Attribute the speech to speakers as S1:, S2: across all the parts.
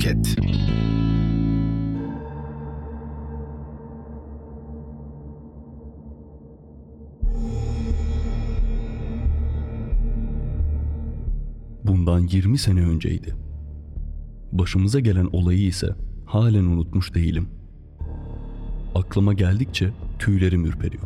S1: Podcast.
S2: Bundan 20 sene önceydi. Başımıza gelen olayı ise halen unutmuş değilim. Aklıma geldikçe tüylerim ürperiyor.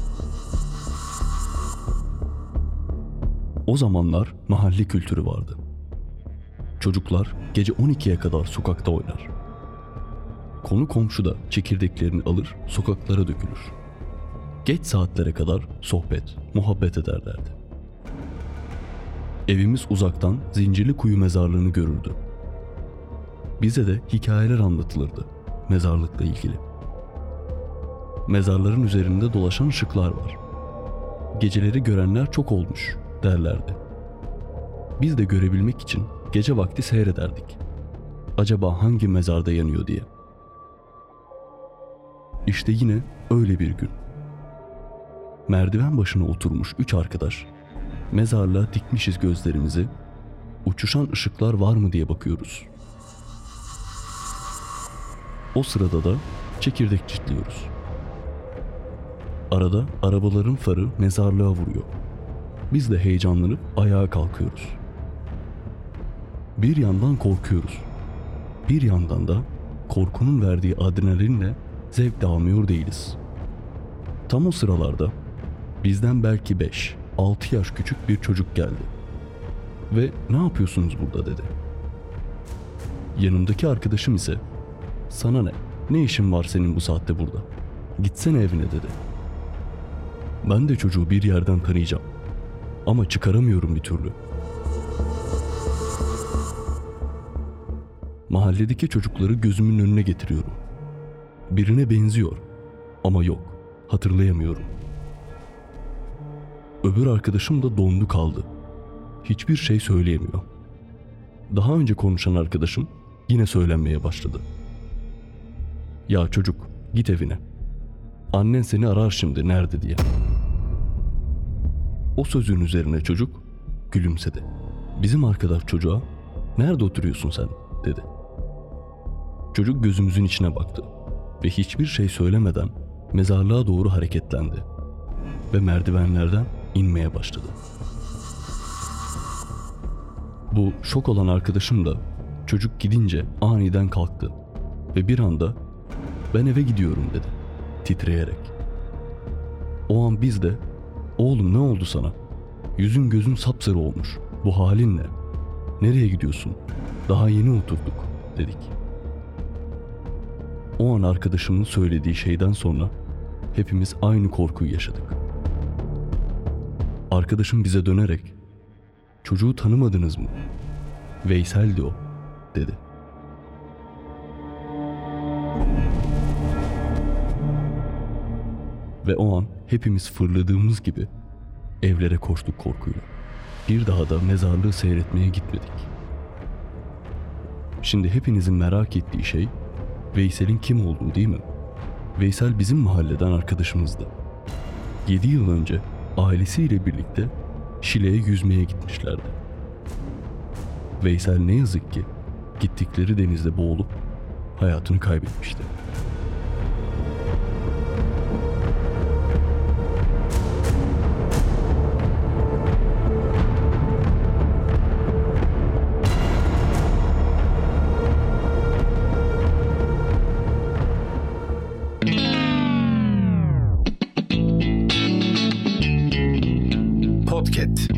S2: O zamanlar mahalle kültürü vardı. Çocuklar gece 12'ye kadar sokakta oynar. Konu komşu da çekirdeklerini alır, sokaklara dökülür. Geç saatlere kadar sohbet, muhabbet ederlerdi. Evimiz uzaktan Zincirlikuyu mezarlığını görürdü. Bize de hikayeler anlatılırdı mezarlıkla ilgili. Mezarların üzerinde dolaşan ışıklar var. Geceleri görenler çok olmuş derlerdi. Biz de görebilmek için gece vakti seyrederdik. Acaba hangi mezarda yanıyor diye. İşte yine öyle bir gün. Merdiven başına oturmuş 3 arkadaş, mezarlığa dikmişiz gözlerimizi, uçuşan ışıklar var mı diye bakıyoruz. O sırada da çekirdek çitliyoruz. Arada arabaların farı mezarlığa vuruyor. Biz de heyecanlanıp ayağa kalkıyoruz. Bir yandan korkuyoruz. Bir yandan da korkunun verdiği adrenalinle zevk de almıyor değiliz. Tam o sıralarda bizden belki 5-6 yaş küçük bir çocuk geldi. Ve "Ne yapıyorsunuz burada?" dedi. Yanımdaki arkadaşım ise "Sana ne? Ne işin var senin bu saatte burada? Gitsene evine." dedi. Ben de çocuğu bir yerden tanıyacağım. Ama çıkaramıyorum bir türlü. Mahalledeki çocukları gözümün önüne getiriyorum. Birine benziyor ama yok, hatırlayamıyorum. Öbür arkadaşım da dondu kaldı. Hiçbir şey söyleyemiyor. Daha önce konuşan arkadaşım yine söylenmeye başladı. "Ya çocuk, git evine. Annen seni arar şimdi nerede diye." O sözün üzerine çocuk gülümsedi. Bizim arkadaş çocuğa "Nerede oturuyorsun sen?" dedi. Çocuk gözümüzün içine baktı ve hiçbir şey söylemeden mezarlığa doğru hareketlendi ve merdivenlerden inmeye başladı. Bu şok olan arkadaşım da çocuk gidince aniden kalktı ve bir anda "Ben eve gidiyorum." dedi titreyerek. O an biz de "Oğlum ne oldu sana? Yüzün gözün sapsarı olmuş. Bu halin ne? Nereye gidiyorsun? Daha yeni oturduk." dedik. O an arkadaşımın söylediği şeyden sonra hepimiz aynı korkuyu yaşadık. Arkadaşım bize dönerek "Çocuğu tanımadınız mı? Veysel'di o." dedi. Ve o an hepimiz fırladığımız gibi evlere koştuk korkuyla. Bir daha da mezarlığı seyretmeye gitmedik. Şimdi hepinizin merak ettiği şey Veysel'in kim olduğu değil mi? Veysel bizim mahalleden arkadaşımızdı. 7 yıl önce ailesiyle birlikte Şile'ye yüzmeye gitmişlerdi. Veysel ne yazık ki gittikleri denizde boğulup hayatını kaybetmişti.
S1: Podcast.